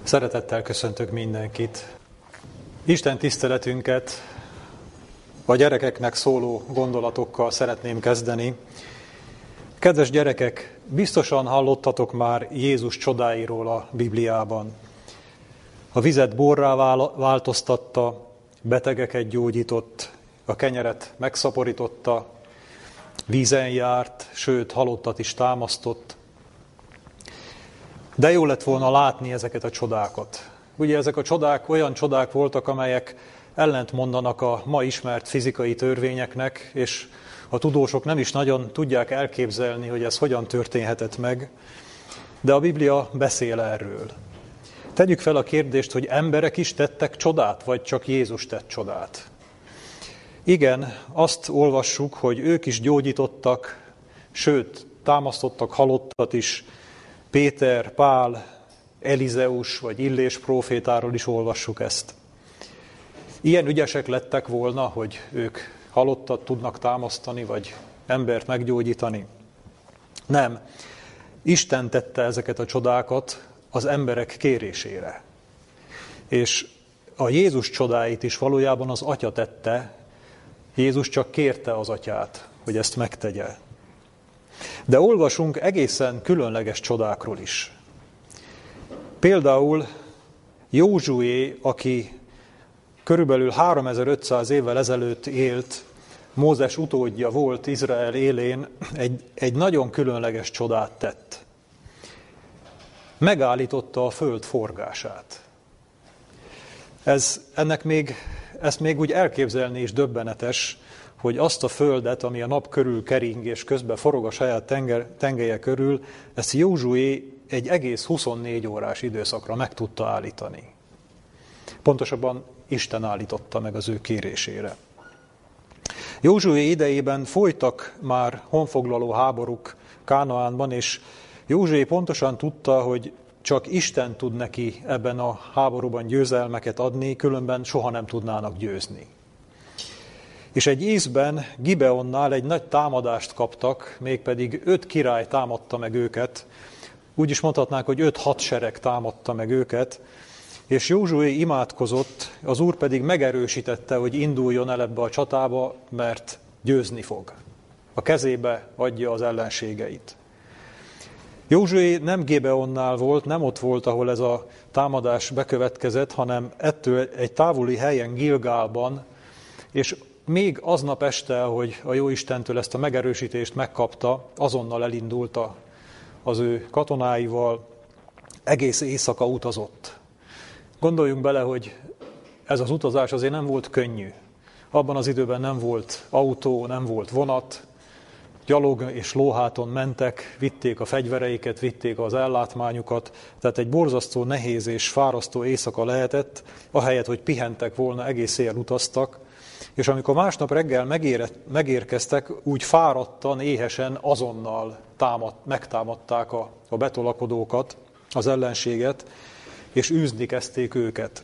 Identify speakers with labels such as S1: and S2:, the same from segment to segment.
S1: Szeretettel köszöntök mindenkit. Isten tiszteletünket a gyerekeknek szóló gondolatokkal szeretném kezdeni. Kedves gyerekek, biztosan hallottatok már Jézus csodáiról a Bibliában. A vizet borrá változtatta, betegeket gyógyított, a kenyeret megszaporította, vízen járt, sőt halottat is támasztott. De jó lett volna látni ezeket a csodákat. Ugye ezek a csodák olyan csodák voltak, amelyek ellentmondanak a ma ismert fizikai törvényeknek, és a tudósok nem is nagyon tudják elképzelni, hogy ez hogyan történhetett meg, de a Biblia beszél erről. Tegyük fel a kérdést, hogy emberek is tettek csodát, vagy csak Jézus tett csodát. Igen, azt olvassuk, hogy ők is gyógyítottak, sőt, támasztottak halottat is. Péter, Pál, Elizeus vagy Illés prófétáról is olvassuk ezt. Ilyen ügyesek lettek volna, hogy ők halottat tudnak támasztani, vagy embert meggyógyítani? Nem. Isten tette ezeket a csodákat az emberek kérésére. És a Jézus csodáit is valójában az Atya tette, Jézus csak kérte az Atyát, hogy ezt megtegye. De olvasunk egészen különleges csodákról is. Például Józsué, aki körülbelül 3500 évvel ezelőtt élt, Mózes utódja volt Izrael élén, egy nagyon különleges csodát tett. Megállította a föld forgását. Ezt még úgy elképzelni is döbbenetes, hogy azt a földet, ami a nap körül kering és közben forog a saját tengelye körül, ezt Józsué egy egész 24 órás időszakra meg tudta állítani. Pontosabban Isten állította meg az ő kérésére. Józsué idejében folytak már honfoglaló háborúk Kánaánban, és Józsué pontosan tudta, hogy csak Isten tud neki ebben a háborúban győzelmeket adni, különben soha nem tudnának győzni. És egy ízben Gibeonnál egy nagy támadást kaptak, mégpedig 5 király támadta meg őket, úgy is mondhatnánk, hogy 5 hadsereg támadta meg őket, és Józsué imádkozott, az Úr pedig megerősítette, hogy induljon el ebbe a csatába, mert győzni fog. A kezébe adja az ellenségeit. Józsué nem Gibeonnál volt, nem ott volt, ahol ez a támadás bekövetkezett, hanem ettől egy távoli helyen, Gilgálban, és még aznap este, hogy a Jóistentől ezt a megerősítést megkapta, azonnal elindult az ő katonáival, egész éjszaka utazott. Gondoljunk bele, hogy ez az utazás azért nem volt könnyű. Abban az időben nem volt autó, nem volt vonat, gyalog és lóháton mentek, vitték a fegyvereiket, vitték az ellátmányukat, tehát egy borzasztó nehéz és fárasztó éjszaka lehetett, ahelyett, hogy pihentek volna, egész éjjel utaztak, és amikor másnap reggel megérkeztek, úgy fáradtan, éhesen azonnal megtámadták a betolakodókat, az ellenséget, és űzni kezdték őket.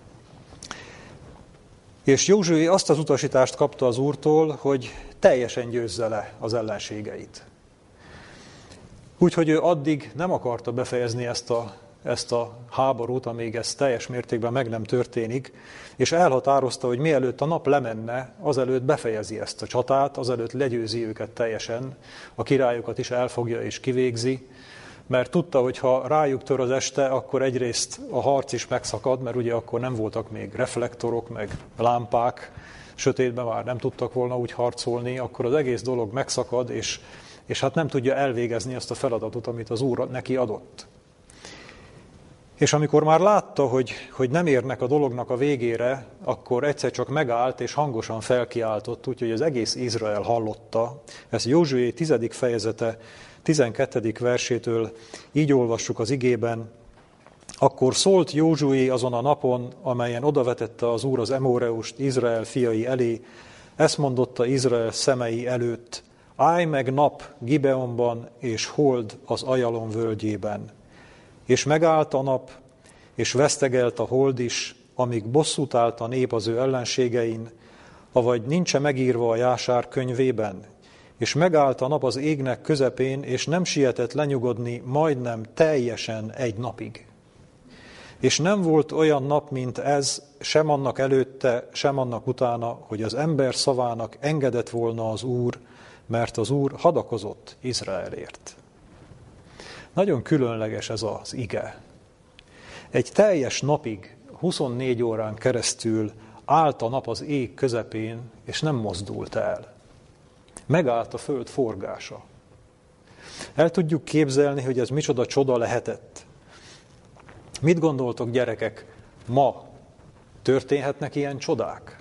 S1: És Józsué azt az utasítást kapta az Úrtól, hogy teljesen győzze le az ellenségeit. Úgyhogy ő addig nem akarta befejezni ezt a háborút, amíg ez teljes mértékben meg nem történik, és elhatározta, hogy mielőtt a nap lemenne, azelőtt befejezi ezt a csatát, azelőtt legyőzi őket teljesen, a királyokat is elfogja és kivégzi, mert tudta, hogy ha rájuk tör az este, akkor egyrészt a harc is megszakad, mert ugye akkor nem voltak még reflektorok, meg lámpák, sötétben már nem tudtak volna úgy harcolni, akkor az egész dolog megszakad, és hát nem tudja elvégezni azt a feladatot, amit az Úr neki adott. És amikor már látta, hogy nem érnek a dolognak a végére, akkor egyszer csak megállt és hangosan felkiáltott, úgyhogy az egész Izrael hallotta. Ez Józsué 10. fejezete 12. versétől így olvassuk az igében. Akkor szólt Józsué azon a napon, amelyen odavetette az Úr az Emóreust Izrael fiai elé, ezt mondotta Izrael szemei előtt, állj meg nap Gibeonban és hold az Ajalon völgyében. És megállt a nap, és vesztegelt a hold is, amíg bosszút állt a nép az ő ellenségein, avagy nincs-e megírva a Jásár könyvében, és megállt a nap az égnek közepén, és nem sietett lenyugodni majdnem teljesen egy napig. És nem volt olyan nap, mint ez, sem annak előtte, sem annak utána, hogy az ember szavának engedett volna az Úr, mert az Úr hadakozott Izraelért. Nagyon különleges ez az ige. Egy teljes napig, 24 órán keresztül állt a nap az ég közepén, és nem mozdult el. Megállt a föld forgása. El tudjuk képzelni, hogy ez micsoda csoda lehetett. Mit gondoltok, gyerekek, ma történhetnek ilyen csodák?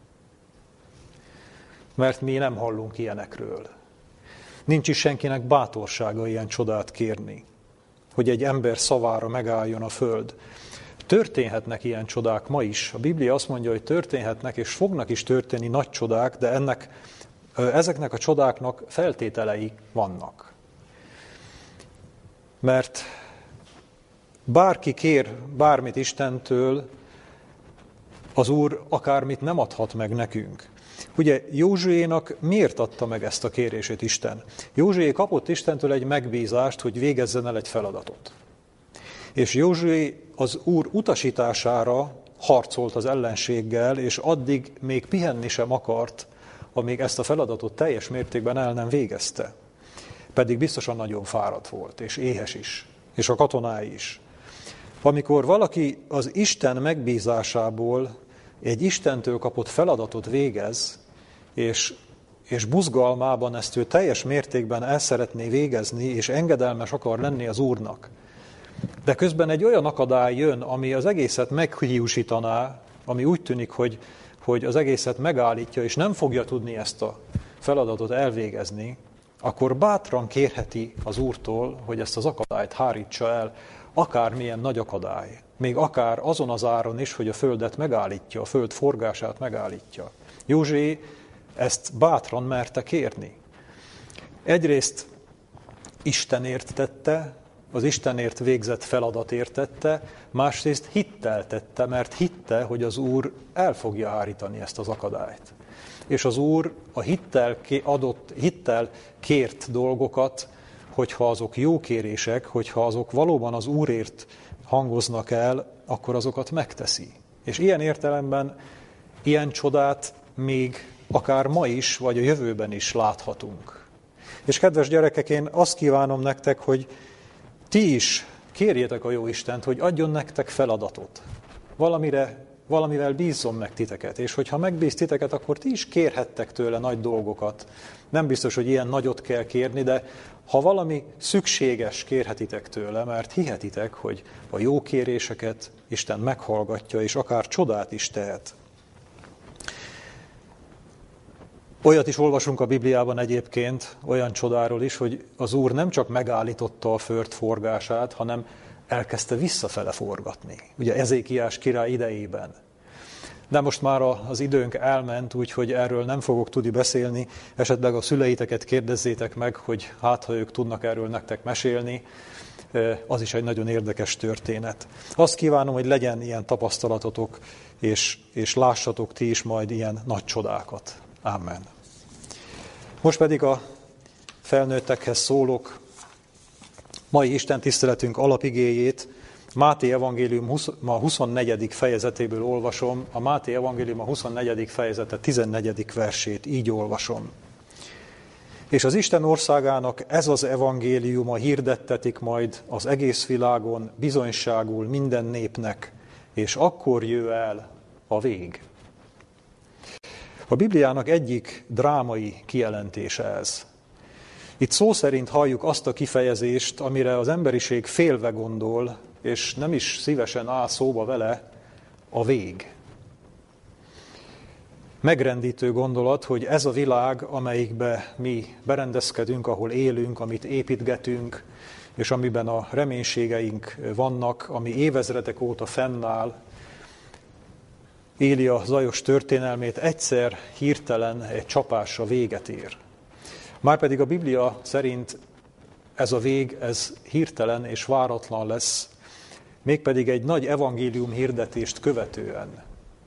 S1: Mert mi nem hallunk ilyenekről. Nincs is senkinek bátorsága ilyen csodát kérni, hogy egy ember szavára megálljon a föld. Történhetnek ilyen csodák ma is. A Biblia azt mondja, hogy történhetnek, és fognak is történni nagy csodák, de ezeknek a csodáknak feltételei vannak. Mert bárki kér bármit Istentől, az Úr akármit nem adhat meg nekünk. Ugye Józsuénak miért adta meg ezt a kérését Isten? Józsué kapott Istentől egy megbízást, hogy végezzen el egy feladatot. És Józsué az Úr utasítására harcolt az ellenséggel, és addig még pihenni sem akart, amíg ezt a feladatot teljes mértékben el nem végezte. Pedig biztosan nagyon fáradt volt, és éhes is, és a katonái is. Amikor valaki az Isten megbízásából egy Istentől kapott feladatot végez, és buzgalmában ezt ő teljes mértékben el szeretné végezni, és engedelmes akar lenni az Úrnak, de közben egy olyan akadály jön, ami az egészet meghiúsítaná, ami úgy tűnik, hogy az egészet megállítja, és nem fogja tudni ezt a feladatot elvégezni, akkor bátran kérheti az Úrtól, hogy ezt az akadályt hárítsa el, akármilyen nagy akadály, még akár azon az áron is, hogy a földet megállítja, a föld forgását megállítja. Józsué ezt bátran merte kérni. Egyrészt Istenért tette, az Istenért végzett feladatért tette, másrészt hittel tette, mert hitte, hogy az Úr el fogja hárítani ezt az akadályt. És az Úr a hittel kért dolgokat, hogyha azok jó kérések, hogyha azok valóban az Úrért hangoznak el, akkor azokat megteszi. És ilyen értelemben ilyen csodát még akár ma is, vagy a jövőben is láthatunk. És kedves gyerekek, én azt kívánom nektek, hogy ti is kérjétek a jó Istent, hogy adjon nektek feladatot. Valamivel bízzon meg titeket, és hogyha megbíz titeket, akkor ti is kérhettek tőle nagy dolgokat. Nem biztos, hogy ilyen nagyot kell kérni, de ha valami szükséges, kérhetitek tőle, mert hihetitek, hogy a jó kéréseket Isten meghallgatja, és akár csodát is tehet. Olyat is olvasunk a Bibliában egyébként, olyan csodáról is, hogy az Úr nem csak megállította a föld forgását, hanem elkezdte visszafele forgatni. Ugye Ezékiás király idejében. De most már az időnk elment, úgyhogy erről nem fogok tudni beszélni. Esetleg a szüleiteket kérdezzétek meg, hogy hát, ha ők tudnak erről nektek mesélni. Az is egy nagyon érdekes történet. Azt kívánom, hogy legyen ilyen tapasztalatotok, és lássatok ti is majd ilyen nagy csodákat. Amen. Most pedig a felnőttekhez szólok. Mai Isten tiszteletünk alapigéjét Máté evangélium a 24. fejezetéből olvasom. A Máté evangélium a 24. fejezete 14. versét így olvasom. És az Isten országának ez az evangéliuma hirdettetik majd az egész világon bizonyságul minden népnek, és akkor jöjj el a vég. A Bibliának egyik drámai kijelentése ez. Itt szó szerint halljuk azt a kifejezést, amire az emberiség félve gondol, és nem is szívesen áll szóba vele, a vég. Megrendítő gondolat, hogy ez a világ, amelyikbe mi berendezkedünk, ahol élünk, amit építgetünk, és amiben a reménységeink vannak, ami évezredek óta fennáll, éli a zajos történelmét, egyszer hirtelen egy csapásra véget ér. Márpedig a Biblia szerint ez a vég, ez hirtelen és váratlan lesz, mégpedig egy nagy evangélium hirdetést követően.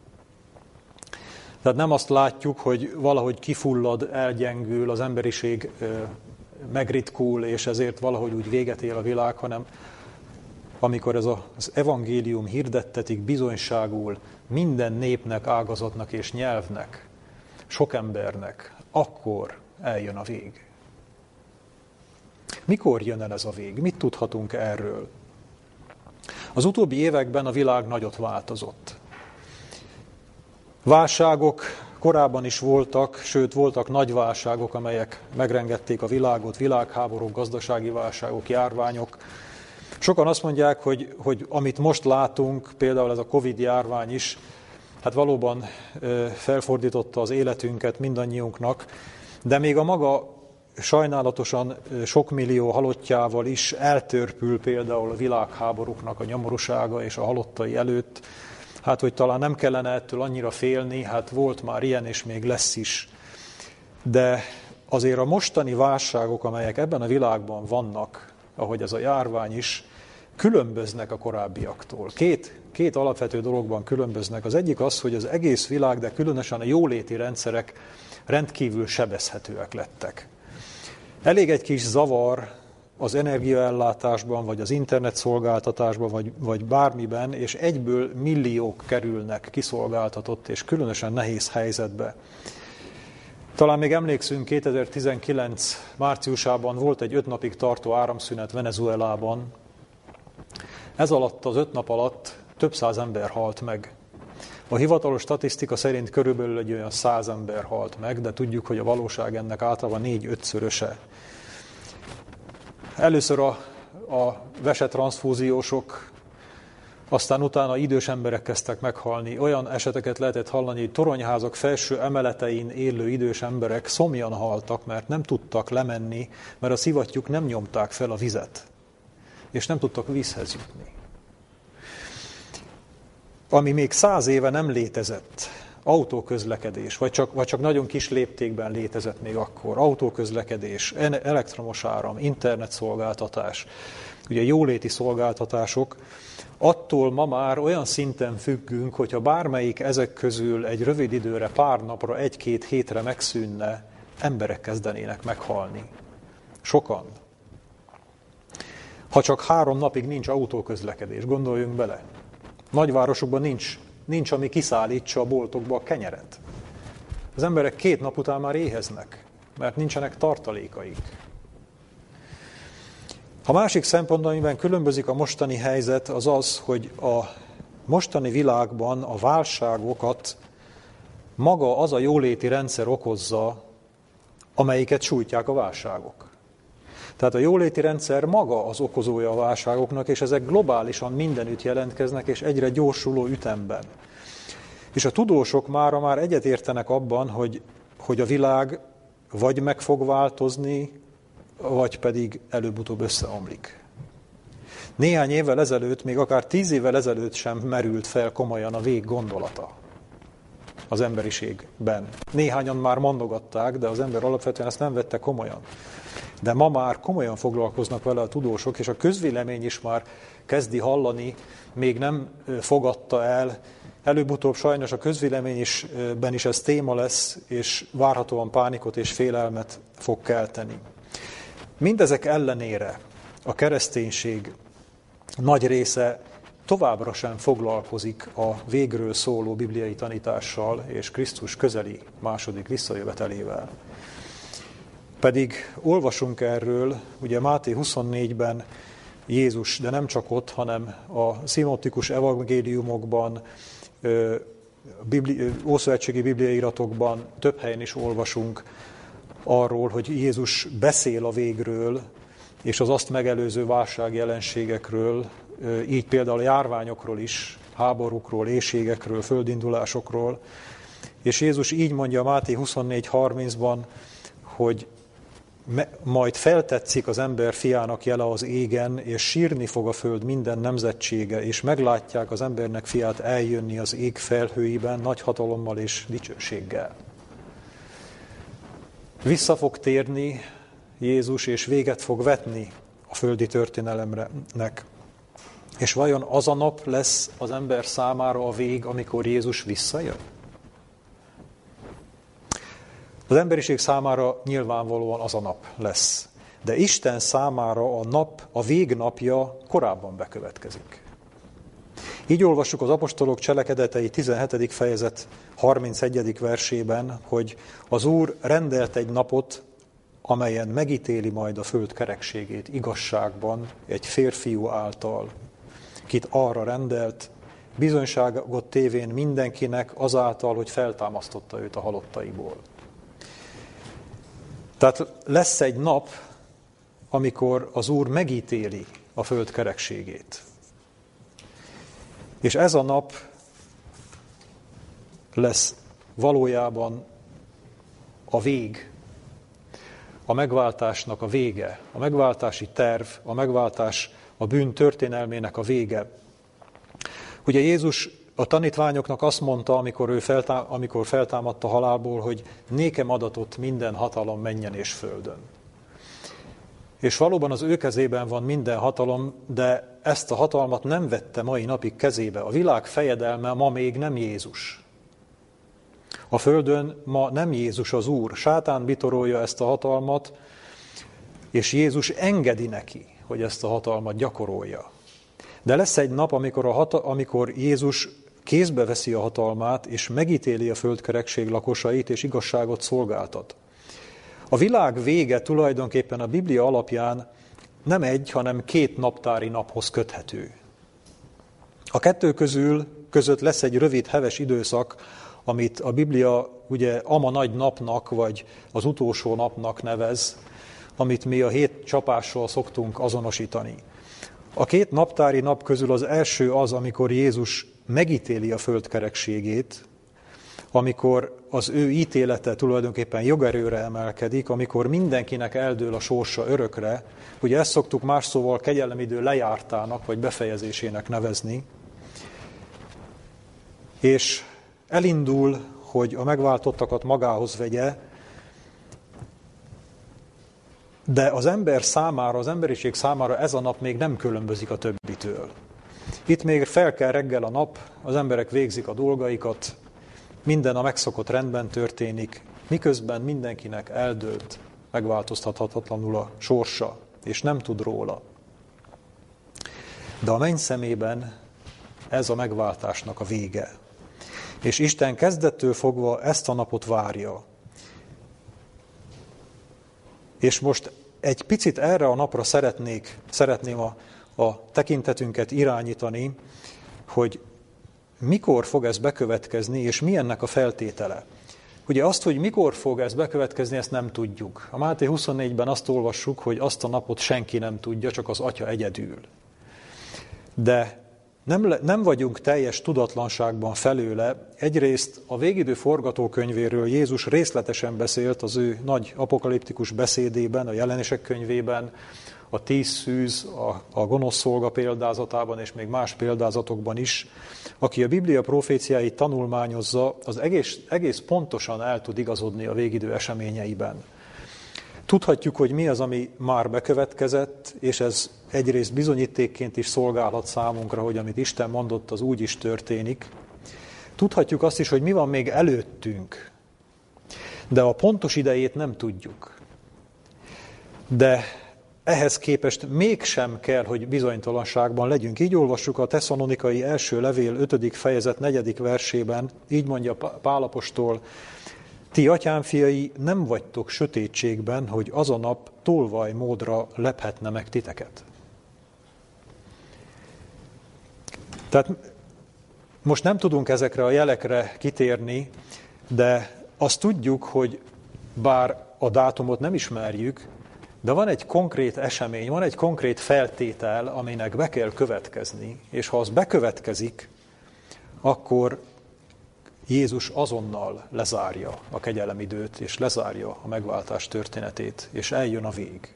S1: Tehát nem azt látjuk, hogy valahogy kifullad, elgyengül, az emberiség megritkul, és ezért valahogy úgy véget ér a világ, hanem amikor ez az evangélium hirdettetik bizonyságul minden népnek, ágazatnak és nyelvnek, sok embernek, akkor eljön a vég. Mikor jön el ez a vég? Mit tudhatunk erről? Az utóbbi években a világ nagyot változott. Válságok korábban is voltak, sőt voltak nagy válságok, amelyek megrengették a világot, világháborúk, gazdasági válságok, járványok. Sokan azt mondják, hogy amit most látunk, például ez a Covid járvány is, hát valóban felfordította az életünket mindannyiunknak, de még a maga sajnálatosan sok millió halottjával is eltörpül például a világháborúknak a nyomorúsága és a halottai előtt. Hát, hogy talán nem kellene ettől annyira félni, hát volt már ilyen, és még lesz is. De azért a mostani válságok, amelyek ebben a világban vannak, ahogy ez a járvány is, különböznek a korábbiaktól. Két alapvető dologban különböznek. Az egyik az, hogy az egész világ, de különösen a jóléti rendszerek rendkívül sebezhetőek lettek. Elég egy kis zavar az energiaellátásban, vagy az internetszolgáltatásban, vagy bármiben, és egyből milliók kerülnek kiszolgáltatott és különösen nehéz helyzetbe. Talán még emlékszünk, 2019 márciusában volt egy 5 napig tartó áramszünet Venezuelában. Ez alatt, az 5 nap alatt több száz ember halt meg. A hivatalos statisztika szerint körülbelül egy olyan 100 ember halt meg, de tudjuk, hogy a valóság ennek általában 4-5-szöröse. Először a vesetranszfúziósok, aztán utána idős emberek kezdtek meghalni. Olyan eseteket lehetett hallani, hogy toronyházak felső emeletein élő idős emberek szomjan haltak, mert nem tudtak lemenni, mert a szivattyúk nem nyomták fel a vizet, és nem tudtak vízhez jutni. Ami még 100 éve nem létezett, autóközlekedés, vagy csak nagyon kis léptékben létezett még akkor, autóközlekedés, elektromos áram, internetszolgáltatás, ugye jóléti szolgáltatások, attól ma már olyan szinten függünk, hogyha bármelyik ezek közül egy rövid időre, pár napra, 1-2 hétre megszűnne, emberek kezdenének meghalni. Sokan. Ha csak 3 napig nincs autóközlekedés, gondoljunk bele. Nagyvárosokban nincs, ami kiszállítsa a boltokba a kenyeret. Az emberek 2 nap után már éheznek, mert nincsenek tartalékaik. A másik szempont, amiben különbözik a mostani helyzet, az az, hogy a mostani világban a válságokat maga az a jóléti rendszer okozza, amelyiket sújtják a válságok. Tehát a jóléti rendszer maga az okozója a válságoknak, és ezek globálisan mindenütt jelentkeznek, és egyre gyorsuló ütemben. És a tudósok már egyetértenek abban, hogy a világ vagy meg fog változni, vagy pedig előbb-utóbb összeomlik. Néhány évvel ezelőtt, még akár 10 évvel ezelőtt sem merült fel komolyan a vég gondolata az emberiségben. Néhányan már mondogatták, de az ember alapvetően ezt nem vette komolyan. De ma már komolyan foglalkoznak vele a tudósok, és a közvélemény is már kezdi hallani, még nem fogadta el. Előbb-utóbb sajnos a közvéleményben is ez téma lesz, és várhatóan pánikot és félelmet fog kelteni. Mindezek ellenére a kereszténység nagy része továbbra sem foglalkozik a végről szóló bibliai tanítással és Krisztus közeli második visszajövetelével. Pedig olvasunk erről, ugye Máté 24-ben Jézus, de nem csak ott, hanem a szinoptikus evangéliumokban, ószövetségi bibliai iratokban több helyen is olvasunk arról, hogy Jézus beszél a végről, és az azt megelőző válságjelenségekről, így például a járványokról is, háborúkról, éhségekről, földindulásokról. És Jézus így mondja Máté 24:30-ban, hogy majd feltetszik az ember fiának jele az égen, és sírni fog a föld minden nemzetsége, és meglátják az embernek fiát eljönni az ég felhőiben, nagy hatalommal és dicsőséggel. Vissza fog térni Jézus, és véget fog vetni a földi történelemnek. És vajon az a nap lesz az ember számára a vég, amikor Jézus visszajön? Az emberiség számára nyilvánvalóan az a nap lesz. de Isten számára a nap, a végnapja korábban bekövetkezik. Így olvassuk az apostolok cselekedetei 17. fejezet 31. versében, hogy az Úr rendelt egy napot, amelyen megítéli majd a föld kerekségét igazságban egy férfiú által, kit arra rendelt, bizonyságot tévén mindenkinek azáltal, hogy feltámasztotta őt a halottaiból. Tehát lesz egy nap, amikor az Úr megítéli a föld kerekségét. És ez a nap lesz valójában a vég, a megváltásnak a vége, a megváltási terv, a megváltás, a bűn történelmének a vége. Ugye Jézus a tanítványoknak azt mondta, amikor feltámadt a halálból, hogy nékem adatott minden hatalom mennyen és földön. És valóban az ő kezében van minden hatalom, de ezt a hatalmat nem vette mai napig kezébe. A világ fejedelme ma még nem Jézus. A földön ma nem Jézus az Úr. Sátán bitorolja ezt a hatalmat, és Jézus engedi neki, hogy ezt a hatalmat gyakorolja. De lesz egy nap, amikor Jézus kézbe veszi a hatalmát, és megítéli a földkerekség lakosait, és igazságot szolgáltat. A világ vége tulajdonképpen a Biblia alapján nem egy, hanem 2 naptári naphoz köthető. A kettő között lesz egy rövid, heves időszak, amit a Biblia ugye ama nagy napnak, vagy az utolsó napnak nevez, amit mi a 7 csapással szoktunk azonosítani. A 2 naptári nap közül az első az, amikor Jézus megítéli a föld kerekségét, amikor az ő ítélete tulajdonképpen jogerőre emelkedik, amikor mindenkinek eldől a sorsa örökre. Ugye ezt szoktuk más szóval kegyelemidő lejártának, vagy befejezésének nevezni. És elindul, hogy a megváltottakat magához vegye, de az ember számára, az emberiség számára ez a nap még nem különbözik a többitől. Itt még fel kell reggel a nap, az emberek végzik a dolgaikat, minden a megszokott rendben történik, miközben mindenkinek eldőlt, megváltoztathatatlanul a sorsa, és nem tud róla. De a menny szemében ez a megváltásnak a vége. És Isten kezdettől fogva ezt a napot várja. És most egy picit erre a napra szeretném a tekintetünket irányítani, hogy mikor fog ez bekövetkezni, és mi ennek a feltétele. Ugye azt, hogy mikor fog ez bekövetkezni, ezt nem tudjuk. A Máté 24-ben azt olvassuk, hogy azt a napot senki nem tudja, csak az Atya egyedül. De nem vagyunk teljes tudatlanságban felőle. Egyrészt a végidő forgatókönyvéről Jézus részletesen beszélt az ő nagy apokaliptikus beszédében, a Jelenések könyvében, a 10 szűz, a gonosz szolga példázatában, és még más példázatokban is. Aki a Biblia proféciáit tanulmányozza, az egész pontosan el tud igazodni a végidő eseményeiben. Tudhatjuk, hogy mi az, ami már bekövetkezett, és ez egyrészt bizonyítékként is szolgálhat számunkra, hogy amit Isten mondott, az úgy is történik. Tudhatjuk azt is, hogy mi van még előttünk, de a pontos idejét nem tudjuk. De ehhez képest mégsem kell, hogy bizonytalanságban legyünk. Így olvassuk a Tesszalonikai első levél 5. fejezet 4. versében, így mondja Pál apostol: ti, atyám fiai, nem vagytok sötétségben, hogy az a nap tolvajmódra lephetne meg titeket. Tehát most nem tudunk ezekre a jelekre kitérni, de azt tudjuk, hogy bár a dátumot nem ismerjük, de van egy konkrét esemény, van egy konkrét feltétel, aminek be kell következni, és ha az bekövetkezik, akkor Jézus azonnal lezárja a kegyelemidőt, és lezárja a megváltás történetét, és eljön a vég.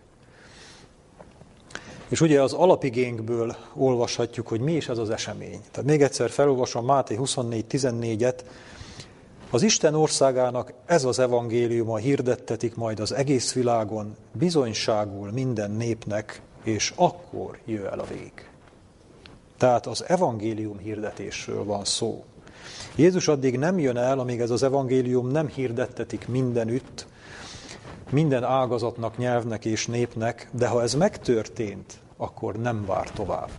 S1: És ugye az alapigénkből olvashatjuk, hogy mi is ez az esemény. Tehát még egyszer felolvasom Máté 24:14-et. Az Isten országának ez az evangéliuma hirdettetik majd az egész világon, bizonyságul minden népnek, és akkor jöjj el a vég. Tehát az evangélium hirdetésről van szó. Jézus addig nem jön el, amíg ez az evangélium nem hirdettetik mindenütt, minden ágazatnak, nyelvnek és népnek, de ha ez megtörtént, akkor nem vár tovább.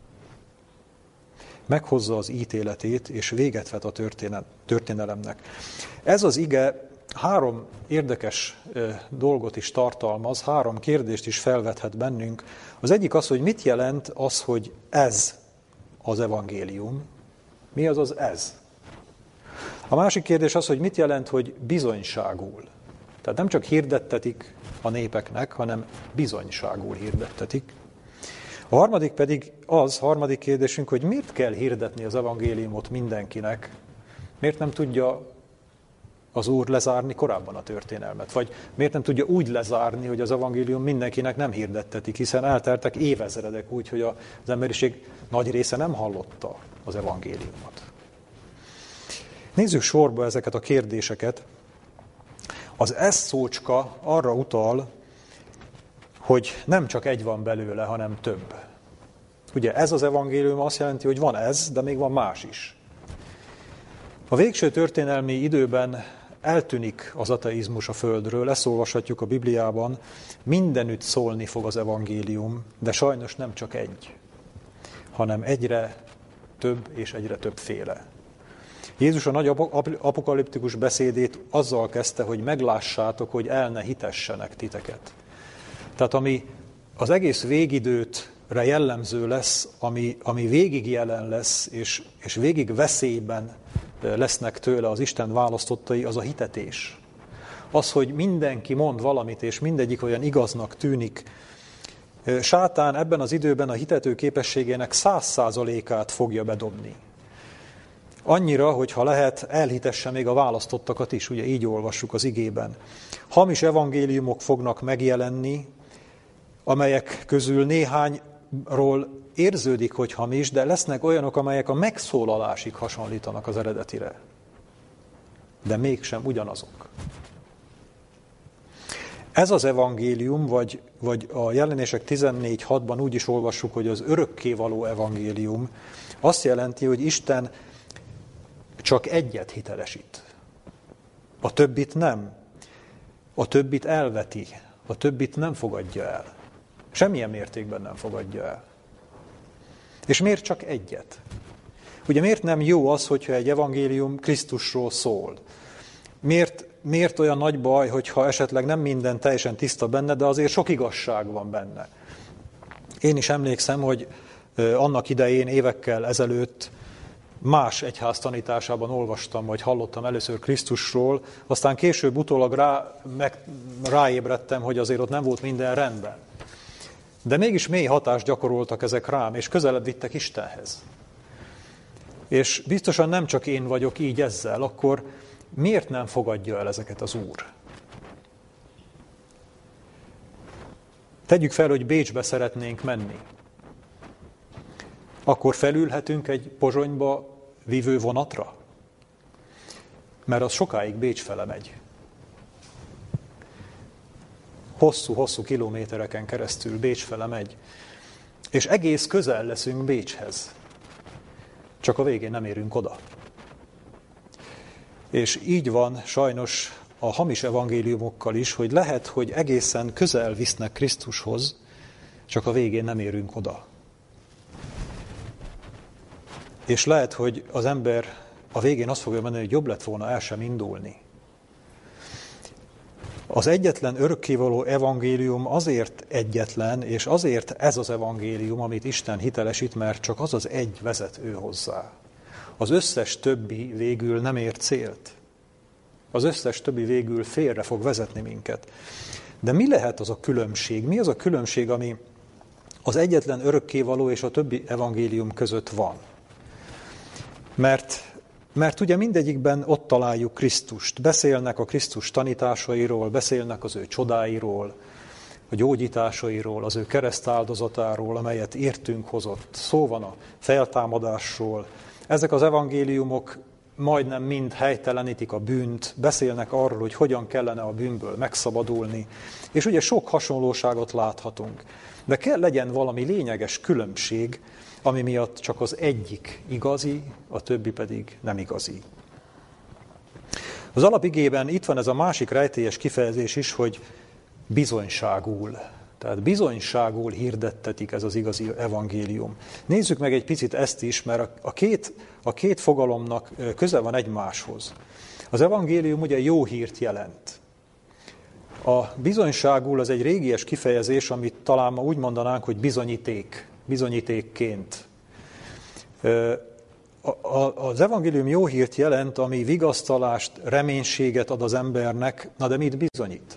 S1: Meghozza az ítéletét, és véget vet a történelemnek. Ez az ige 3 érdekes dolgot is tartalmaz, 3 kérdést is felvethet bennünk. Az egyik az, hogy mit jelent az, hogy ez az evangélium. Mi az az ez? A másik kérdés az, hogy mit jelent, hogy bizonyságul. Tehát nem csak hirdettetik a népeknek, hanem bizonyságul hirdettetik. A harmadik pedig harmadik kérdésünk, hogy miért kell hirdetni az evangéliumot mindenkinek? Miért nem tudja az Úr lezárni korábban a történelmet? Vagy miért nem tudja úgy lezárni, hogy az evangélium mindenkinek nem hirdettetik, hiszen elteltek évezredek úgy, hogy az emberiség nagy része nem hallotta az evangéliumot. Nézzük sorba ezeket a kérdéseket. Az ez szócska arra utal, hogy nem csak egy van belőle, hanem több. Ugye ez az evangélium azt jelenti, hogy van ez, de még van más is. A végső történelmi időben eltűnik az ateizmus a földről, ezt olvashatjuk a Bibliában, mindenütt szólni fog az evangélium, de sajnos nem csak egy, hanem egyre több és egyre többféle. Jézus a nagy apokaliptikus beszédét azzal kezdte, hogy meglássátok, hogy el ne hitessenek titeket. Tehát ami az egész végidőtre jellemző lesz, ami végig jelen lesz, és végig veszélyben lesznek tőle az Isten választottai, az a hitetés. Az, hogy mindenki mond valamit, és mindegyik olyan igaznak tűnik. Sátán ebben az időben a hitető képességének 100%-át fogja bedobni. Annyira, hogy ha lehet, elhitesse még a választottakat is, ugye így olvassuk az igében. Hamis evangéliumok fognak megjelenni, amelyek közül néhányról érződik, hogy hamis, de lesznek olyanok, amelyek a megszólalásig hasonlítanak az eredetire. De mégsem ugyanazok. Ez az evangélium, vagy a Jelenések 14.6-ban úgy is olvassuk, hogy az örökkévaló evangélium, azt jelenti, hogy Isten csak egyet hitelesít. A többit nem. A többit elveti. A többit nem fogadja el. Semmilyen mértékben nem fogadja el. És miért csak egyet? Ugye miért nem jó az, hogyha egy evangélium Krisztusról szól? Miért olyan nagy baj, hogyha esetleg nem minden teljesen tiszta benne, de azért sok igazság van benne? Én is emlékszem, hogy annak idején, évekkel ezelőtt más egyház tanításában olvastam, vagy hallottam először Krisztusról, aztán később utólag ráébredtem, hogy azért ott nem volt minden rendben. De mégis mély hatást gyakoroltak ezek rám, és közelebb vittek Istenhez. És biztosan nem csak én vagyok így ezzel, akkor miért nem fogadja el ezeket az Úr? Tegyük fel, hogy Bécsbe szeretnénk menni. Akkor felülhetünk egy Pozsonyba vívő vonatra? Mert az sokáig Bécs fele megy. Hosszú-hosszú kilométereken keresztül Bécs fele megy. És egész közel leszünk Bécshez. Csak a végén nem érünk oda. És így van sajnos a hamis evangéliumokkal is, hogy lehet, hogy egészen közel visznek Krisztushoz, csak a végén nem érünk oda. És lehet, hogy az ember a végén azt fogja mondani, hogy jobb lett volna el sem indulni. Az egyetlen örökkévaló evangélium azért egyetlen, és azért ez az evangélium, amit Isten hitelesít, mert csak az az egy vezet ő hozzá. Az összes többi végül nem ér célt. Az összes többi végül félre fog vezetni minket. De mi lehet az a különbség? Mi az a különbség, ami az egyetlen örökkévaló és a többi evangélium között van? Mert ugye mindegyikben ott találjuk Krisztust. Beszélnek a Krisztus tanításairól, beszélnek az ő csodáiról, a gyógyításairól, az ő keresztáldozatáról, amelyet értünk hozott. Szó van a feltámadásról. Ezek az evangéliumok majdnem mind helytelenítik a bűnt, beszélnek arról, hogy hogyan kellene a bűnből megszabadulni. És ugye sok hasonlóságot láthatunk. De kell legyen valami lényeges különbség, ami miatt csak az egyik igazi, a többi pedig nem igazi. Az alapigében itt van ez a másik rejtélyes kifejezés is, hogy bizonyságul. Tehát bizonyságul hirdettetik, ez az igazi evangélium. Nézzük meg egy picit ezt is, mert a két fogalomnak köze van egymáshoz. Az evangélium ugye jó hírt jelent. A bizonyságul az egy régies kifejezés, amit talán ma úgy mondanánk, hogy bizonyítékként. Az evangélium jó hírt jelent, ami vigasztalást, reménységet ad az embernek, na de mit bizonyít?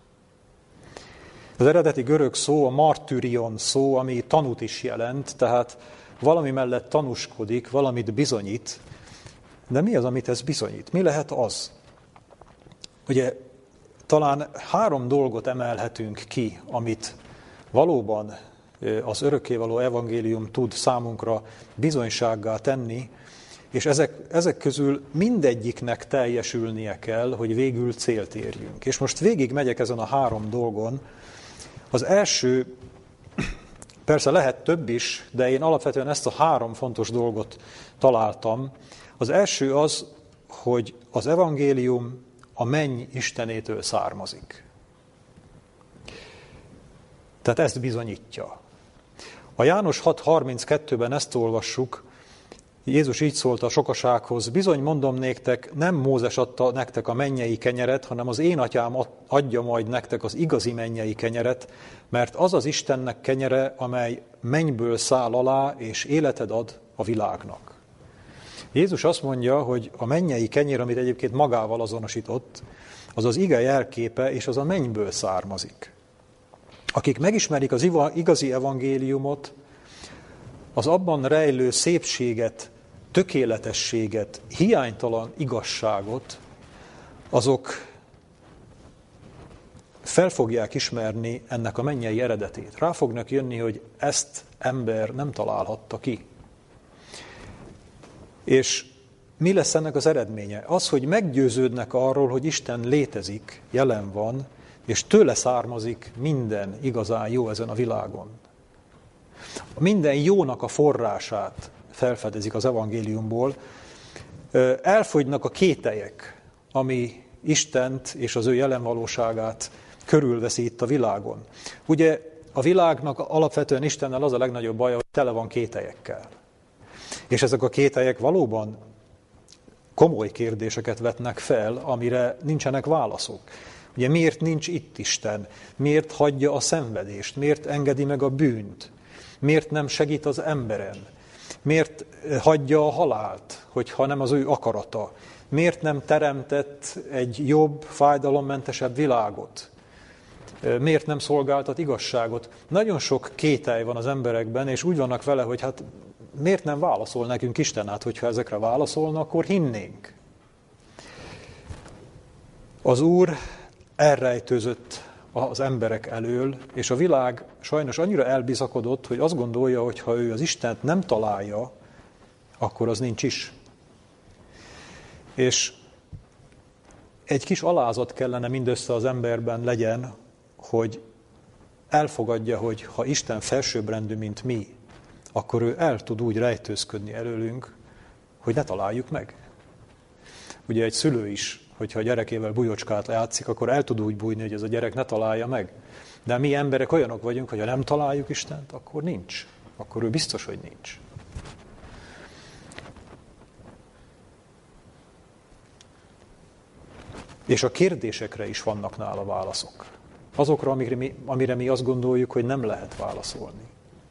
S1: Az eredeti görög szó a martyrion szó, ami tanút is jelent, tehát valami mellett tanúskodik, valamit bizonyít, de mi az, amit ez bizonyít? Mi lehet az? Ugye talán 3 dolgot emelhetünk ki, amit valóban az örökkévaló evangélium tud számunkra bizonysággá tenni, és ezek közül mindegyiknek teljesülnie kell, hogy végül célt érjünk. És most végig megyek ezen a 3 dolgon. Az első, persze lehet több is, de én alapvetően ezt a 3 fontos dolgot találtam. Az első az, hogy az evangélium a menny Istenétől származik. Tehát ezt bizonyítja. A János 6.32-ben ezt olvassuk, Jézus így szólt a sokasághoz, bizony mondom néktek, nem Mózes adta nektek a mennyei kenyeret, hanem az én atyám adja majd nektek az igazi mennyei kenyeret, mert az az Istennek kenyere, amely mennyből száll alá, és életed ad a világnak. Jézus azt mondja, hogy a mennyei kenyér, amit egyébként magával azonosított, az az ige jelképe, és az a mennyből származik. Akik megismerik az igazi evangéliumot, az abban rejlő szépséget, tökéletességet, hiánytalan igazságot, azok fel fogják ismerni ennek a mennyei eredetét. Rá fognak jönni, hogy ezt ember nem találhatta ki. És mi lesz ennek az eredménye? Az, hogy meggyőződnek arról, hogy Isten létezik, jelen van, és tőle származik minden igazán jó ezen a világon. Minden jónak a forrását felfedezik az evangéliumból. Elfogynak a kételyek, ami Istent és az ő jelenvalóságát körülveszi itt a világon. Ugye a világnak alapvetően Istennel az a legnagyobb baja, hogy tele van kételyekkel. És ezek a kételyek valóban komoly kérdéseket vetnek fel, amire nincsenek válaszok. Ugye miért nincs itt Isten? Miért hagyja a szenvedést? Miért engedi meg a bűnt? Miért nem segít az emberen? Miért hagyja a halált, hogyha nem az ő akarata? Miért nem teremtett egy jobb, fájdalommentesebb világot? Miért nem szolgáltat igazságot? Nagyon sok kételj van az emberekben, és úgy vannak vele, hogy hát miért nem válaszol nekünk Isten? Hát, hogyha ezekre válaszolna, akkor hinnénk. Az Úr elrejtőzött az emberek elől, és a világ sajnos annyira elbizakodott, hogy azt gondolja, hogy ha ő az Istent nem találja, akkor az nincs is. És egy kis alázat kellene mindössze az emberben legyen, hogy elfogadja, hogy ha Isten felsőbbrendű, mint mi, akkor ő el tud úgy rejtőzködni előlünk, hogy ne találjuk meg. Ugye egy szülő is, hogyha a gyerekével bujocskát játszik, akkor el tud úgy bújni, hogy ez a gyerek ne találja meg. De mi emberek olyanok vagyunk, hogy ha nem találjuk Istent, akkor nincs. Akkor ő biztos, hogy nincs. És a kérdésekre is vannak nála válaszok. Azokra, amire mi azt gondoljuk, hogy nem lehet válaszolni.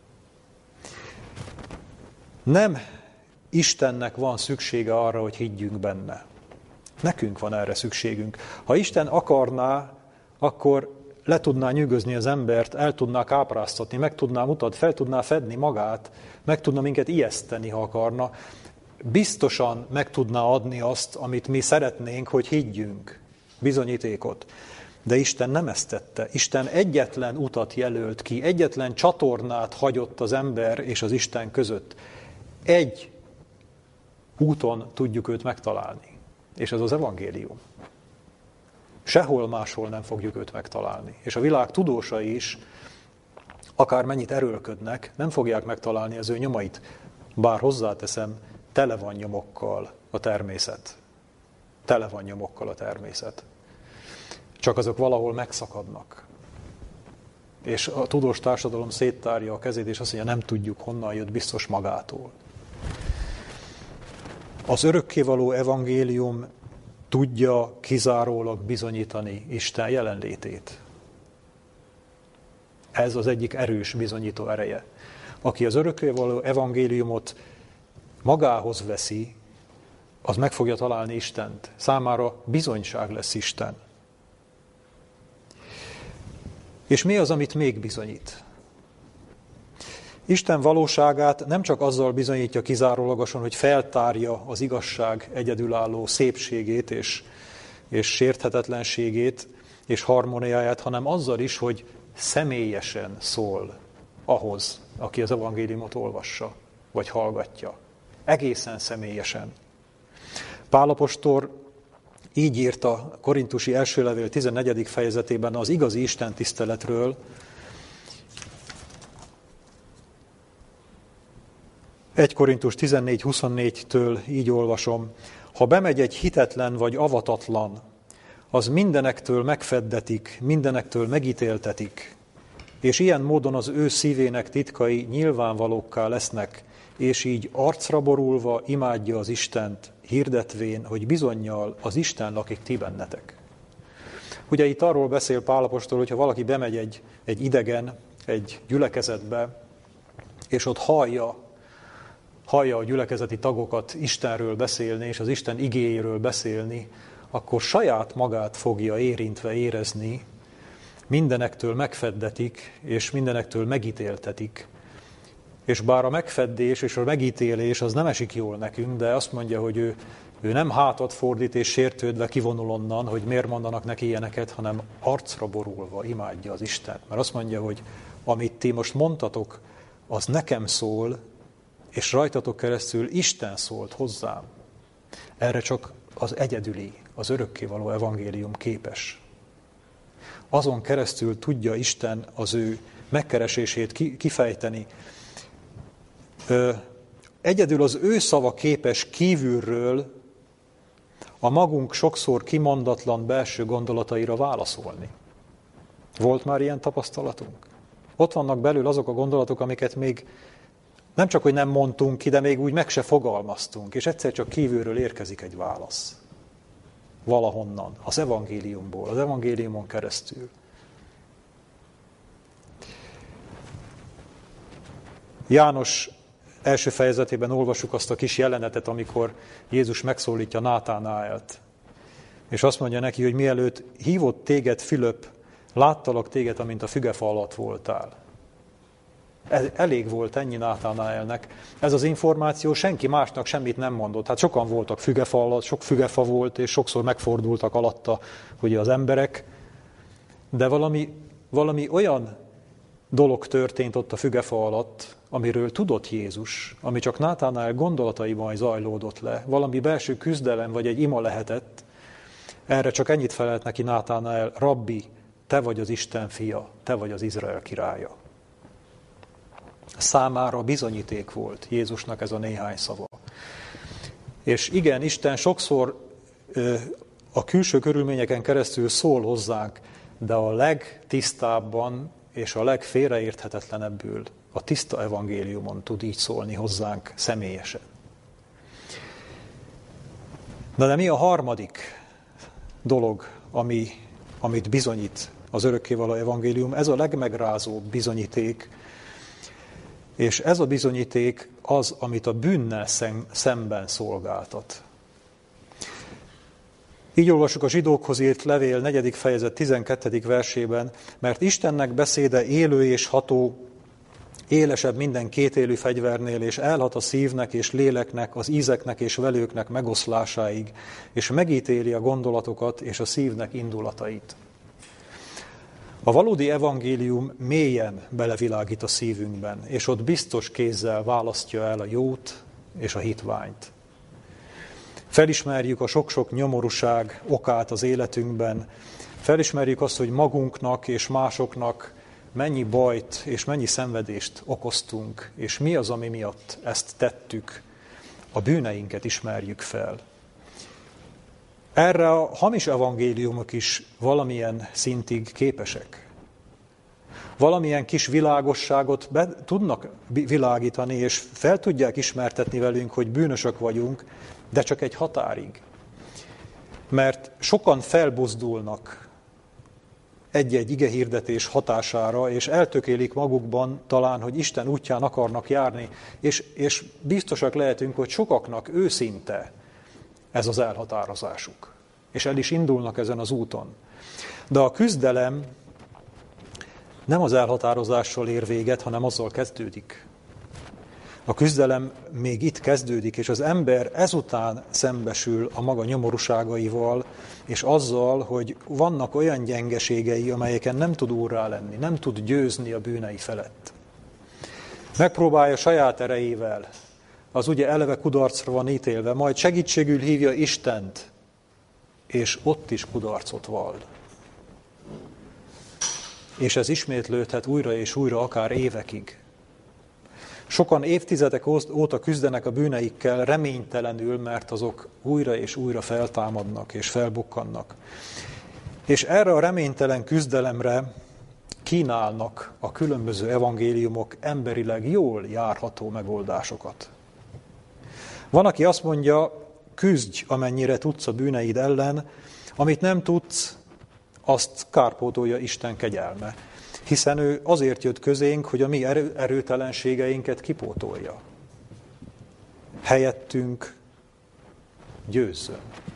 S1: Nem Istennek van szüksége arra, hogy higgyünk benne. Nekünk van erre szükségünk. Ha Isten akarná, akkor le tudná nyűgözni az embert, el tudná kápráztatni, meg tudná mutatni, fel tudná fedni magát, meg tudna minket ijeszteni, ha akarna. Biztosan meg tudná adni azt, amit mi szeretnénk, hogy higgyünk, bizonyítékot. De Isten nem ezt tette. Isten egyetlen utat jelölt ki, egyetlen csatornát hagyott az ember és az Isten között. Egy úton tudjuk őt megtalálni. És ez az evangélium. Sehol máshol nem fogjuk őt megtalálni. És a világ tudósai is, akármennyit erőlködnek, nem fogják megtalálni az ő nyomait. Bár hozzáteszem, tele van nyomokkal a természet. Tele van nyomokkal a természet. Csak azok valahol megszakadnak. És a tudós társadalom széttárja a kezét, és azt mondja, nem tudjuk, honnan jött, biztos magától. Az örökkévaló evangélium tudja kizárólag bizonyítani Isten jelenlétét. Ez az egyik erős bizonyító ereje. Aki az örökkévaló evangéliumot magához veszi, az meg fogja találni Istent. Számára bizonyság lesz Isten. És mi az, amit még bizonyít? Isten valóságát nem csak azzal bizonyítja kizárólagosan, hogy feltárja az igazság egyedülálló szépségét és sérthetetlenségét és harmóniáját, hanem azzal is, hogy személyesen szól ahhoz, aki az evangéliumot olvassa vagy hallgatja. Egészen személyesen. Pál apostol így írta a Korintusi első levél 14. fejezetében az igazi istentiszteletről. 1 Korintus 14.24-től így olvasom. Ha bemegy egy hitetlen vagy avatatlan, az mindenektől megfeddetik, mindenektől megítéltetik, és ilyen módon az ő szívének titkai nyilvánvalókká lesznek, és így arcra borulva imádja az Istent, hirdetvén, hogy bizonnyal az Isten lakik ti bennetek. Ugye itt arról beszél Pál apostol, hogyha valaki bemegy egy idegen, egy gyülekezetbe, és ott hallja a gyülekezeti tagokat Istenről beszélni, és az Isten igéjéről beszélni, akkor saját magát fogja érintve érezni, mindenektől megfeddetik, és mindenektől megítéltetik. És bár a megfeddés és a megítélés az nem esik jól nekünk, de azt mondja, hogy ő nem hátat fordít és sértődve kivonul onnan, hogy miért mondanak neki ilyeneket, hanem arcra borulva imádja az Istent. Mert azt mondja, hogy amit ti most mondtatok, az nekem szól, és rajtatok keresztül Isten szólt hozzám. Erre csak az egyedüli, az örökkévaló evangélium képes. Azon keresztül tudja Isten az ő megkeresését kifejteni. Egyedül az ő szava képes kívülről a magunk sokszor kimondatlan belső gondolataira válaszolni. Volt már ilyen tapasztalatunk? Ott vannak belül azok a gondolatok, amiket még nem csak, hogy nem mondtunk ki, de még úgy meg se fogalmaztunk, és egyszer csak kívülről érkezik egy válasz. Valahonnan, az evangéliumból, az evangéliumon keresztül. János első fejezetében olvassuk azt a kis jelenetet, amikor Jézus megszólítja Nátánáelt. És azt mondja neki, hogy mielőtt hívott téged Fülöp, láttalak téged, amint a fügefa alatt voltál. Elég volt ennyi Nátánaelnek. Ez az információ senki másnak semmit nem mondott. Hát sokan voltak fügefa alatt, sok fügefa volt, és sokszor megfordultak alatta ugye az emberek. De valami olyan dolog történt ott a fügefa alatt, amiről tudott Jézus, ami csak Nátánael gondolataiban zajlódott le. Valami belső küzdelem, vagy egy ima lehetett. Erre csak ennyit felelt neki Nátánael: Rabbi, te vagy az Isten fia, te vagy az Izrael királya. Számára bizonyíték volt Jézusnak ez a néhány szava. És igen, Isten sokszor a külső körülményeken keresztül szól hozzánk, de a legtisztábban és a legfélreérthetetlenebbül a tiszta evangéliumon tud így szólni hozzánk személyesen. De mi a harmadik dolog, amit bizonyít az örökkévaló evangélium? Ez a legmegrázóbb bizonyíték, és ez a bizonyíték az, amit a bűnnel szemben szolgáltat. Így olvassuk a zsidókhoz írt levél 4. fejezet 12. versében, mert Istennek beszéde élő és ható, élesebb minden kétélű fegyvernél, és elhat a szívnek és léleknek, az ízeknek és velőknek megoszlásáig, és megítéli a gondolatokat és a szívnek indulatait. A valódi evangélium mélyen belevilágít a szívünkben, és ott biztos kézzel választja el a jót és a hitványt. Felismerjük a sok-sok nyomorúság okát az életünkben, felismerjük azt, hogy magunknak és másoknak mennyi bajt és mennyi szenvedést okoztunk, és mi az, ami miatt ezt tettük. A bűneinket ismerjük fel. Erre a hamis evangéliumok is valamilyen szintig képesek. Valamilyen kis világosságot be tudnak világítani, és fel tudják ismertetni velünk, hogy bűnösök vagyunk, de csak egy határig. Mert sokan felbuzdulnak egy-egy igehirdetés hatására, és eltökélik magukban talán, hogy Isten útján akarnak járni, és biztosak lehetünk, hogy sokaknak őszinte ez az elhatározásuk. És el is indulnak ezen az úton. De a küzdelem nem az elhatározással ér véget, hanem azzal kezdődik. A küzdelem még itt kezdődik, és az ember ezután szembesül a maga nyomorúságaival, és azzal, hogy vannak olyan gyengeségei, amelyeken nem tud úrrá lenni, nem tud győzni a bűnei felett. Megpróbálja saját erejével, az ugye eleve kudarcra van ítélve, majd segítségül hívja Istent, és ott is kudarcot vall. És ez ismétlődhet újra és újra, akár évekig. Sokan évtizedek óta küzdenek a bűneikkel reménytelenül, mert azok újra és újra feltámadnak és felbukkannak. És erre a reménytelen küzdelemre kínálnak a különböző evangéliumok emberileg jól járható megoldásokat. Van, aki azt mondja, küzdj, amennyire tudsz a bűneid ellen, amit nem tudsz, azt kárpótolja Isten kegyelme. Hiszen ő azért jött közénk, hogy a mi erőtelenségeinket kipótolja. Helyettünk győzzön.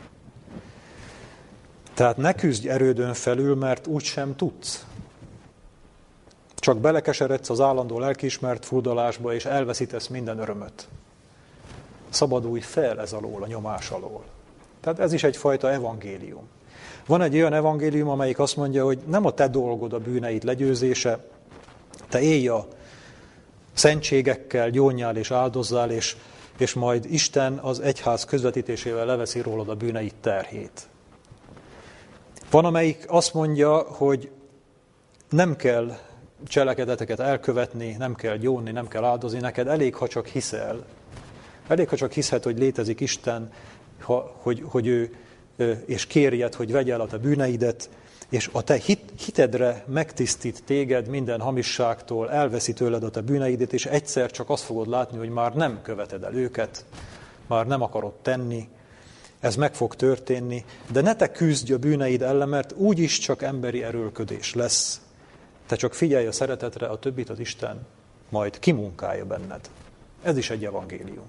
S1: Tehát ne küzdj erődön felül, mert úgysem tudsz. Csak belekeseredsz az állandó lelkiismert furdalásba, és elveszítesz minden örömöt. Szabadulj fel ez alól, a nyomás alól. Tehát ez is egyfajta evangélium. Van egy olyan evangélium, amelyik azt mondja, hogy nem a te dolgod a bűneid legyőzése, te élj a szentségekkel, gyónjál és áldozzál, és majd Isten az egyház közvetítésével leveszi rólad a bűneid terhét. Van, amelyik azt mondja, hogy nem kell cselekedeteket elkövetni, nem kell gyónni, nem kell áldozni, neked elég, ha csak hiszel. Elég, ha csak hiszed, hogy létezik Isten, hogy ő, és kérjed, hogy vegye el a te bűneidet, és a te hitedre megtisztít téged minden hamisságtól, elveszi tőled a te bűneidet, és egyszer csak azt fogod látni, hogy már nem követed el őket, már nem akarod tenni, ez meg fog történni, de ne te küzdj a bűneid ellen, mert úgyis csak emberi erőlködés lesz. Te csak figyelj a szeretetre, a többit az Isten majd kimunkálja benned. Ez is egy evangélium.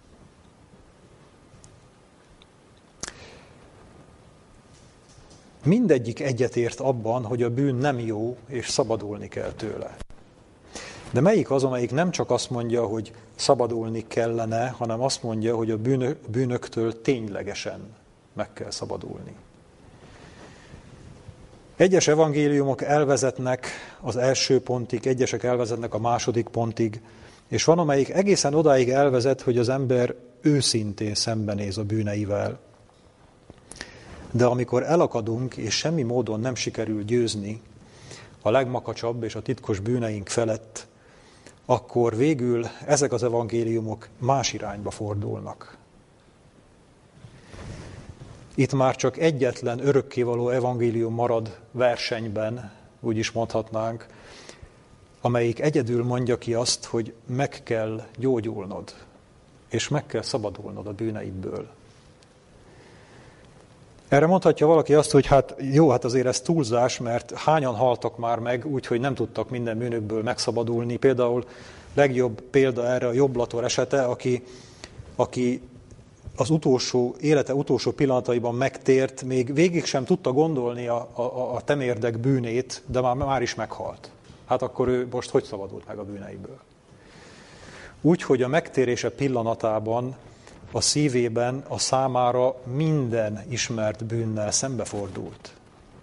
S1: Mindegyik egyetért abban, hogy a bűn nem jó, és szabadulni kell tőle. De melyik az, amelyik nem csak azt mondja, hogy szabadulni kellene, hanem azt mondja, hogy a bűnöktől ténylegesen meg kell szabadulni. Egyes evangéliumok elvezetnek az első pontig, egyesek elvezetnek a második pontig, és van, amelyik egészen odáig elvezet, hogy az ember őszintén szembenéz a bűneivel. De amikor elakadunk, és semmi módon nem sikerül győzni a legmakacsabb és a titkos bűneink felett, akkor végül ezek az evangéliumok más irányba fordulnak. Itt már csak egyetlen örökkévaló evangélium marad versenyben, úgy is mondhatnánk, amelyik egyedül mondja ki azt, hogy meg kell gyógyulnod, és meg kell szabadulnod a bűneidből. Erre mondhatja valaki azt, hogy hát azért ez túlzás, mert hányan haltak már meg, úgyhogy nem tudtak minden bűnökből megszabadulni. Például legjobb példa erre a Jobb Lator esete, aki az élete utolsó pillanataiban megtért, még végig sem tudta gondolni a temérdek bűnét, de már is meghalt. Hát akkor ő most hogy szabadult meg a bűneiből? Úgy, hogy a megtérése pillanatában a szívében a számára minden ismert bűnnel szembefordult,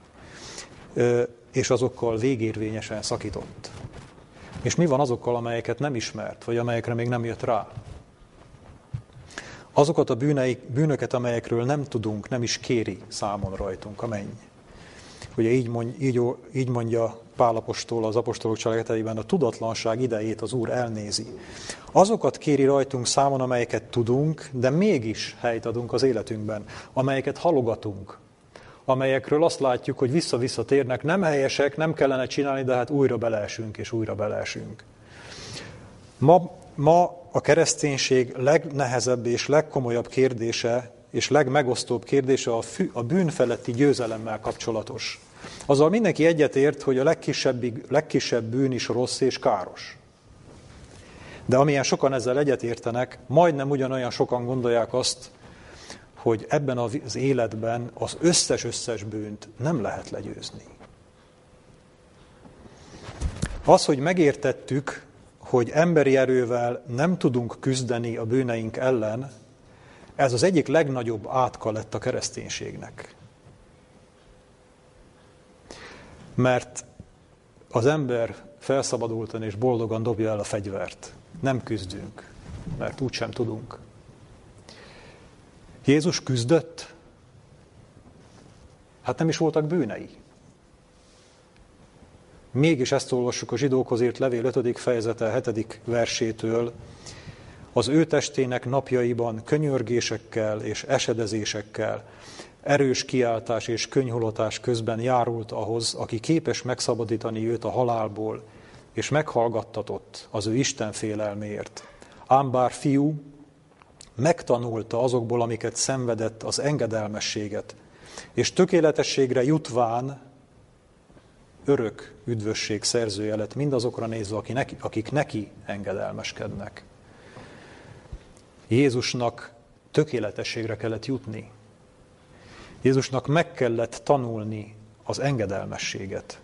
S1: és azokkal végérvényesen szakított. És mi van azokkal, amelyeket nem ismert, vagy amelyekre még nem jött rá? Azokat a bűnöket, amelyekről nem tudunk, nem is kéri számon rajtunk a menny. ugye így mondja Pál apostol az apostolok cselekedeteiben, a tudatlanság idejét az Úr elnézi. Azokat kéri rajtunk számon, amelyeket tudunk, de mégis helyt adunk az életünkben, amelyeket halogatunk, amelyekről azt látjuk, hogy vissza-vissza térnek, nem helyesek, nem kellene csinálni, de hát újra beleesünk és újra beleesünk. Ma a kereszténység legnehezebb és legkomolyabb kérdése, és legmegosztóbb kérdése a bűn feletti győzelemmel kapcsolatos. Azzal mindenki egyetért, hogy a legkisebb bűn is rossz és káros. De amilyen sokan ezzel egyetértenek, majdnem ugyanolyan sokan gondolják azt, hogy ebben az életben az összes bűnt nem lehet legyőzni. Az, hogy megértettük, hogy emberi erővel nem tudunk küzdeni a bűneink ellen, ez az egyik legnagyobb átka lett a kereszténységnek. Mert az ember felszabadultan és boldogan dobja el a fegyvert. Nem küzdünk, mert úgysem tudunk. Jézus küzdött? Hát nem is voltak bűnei. Mégis ezt olvassuk a Zsidókhoz írt levél 5. fejezete 7. versétől. Az ő testének napjaiban könyörgésekkel és esedezésekkel, erős kiáltás és könnyhulatás közben járult ahhoz, aki képes megszabadítani őt a halálból, és meghallgattatott az ő Isten félelméért. Ám bár fiú megtanulta azokból, amiket szenvedett, az engedelmességet, és tökéletességre jutván örök üdvösség szerzője lett mindazokra nézve, akik neki engedelmeskednek. Jézusnak tökéletességre kellett jutni. Jézusnak meg kellett tanulni az engedelmességet.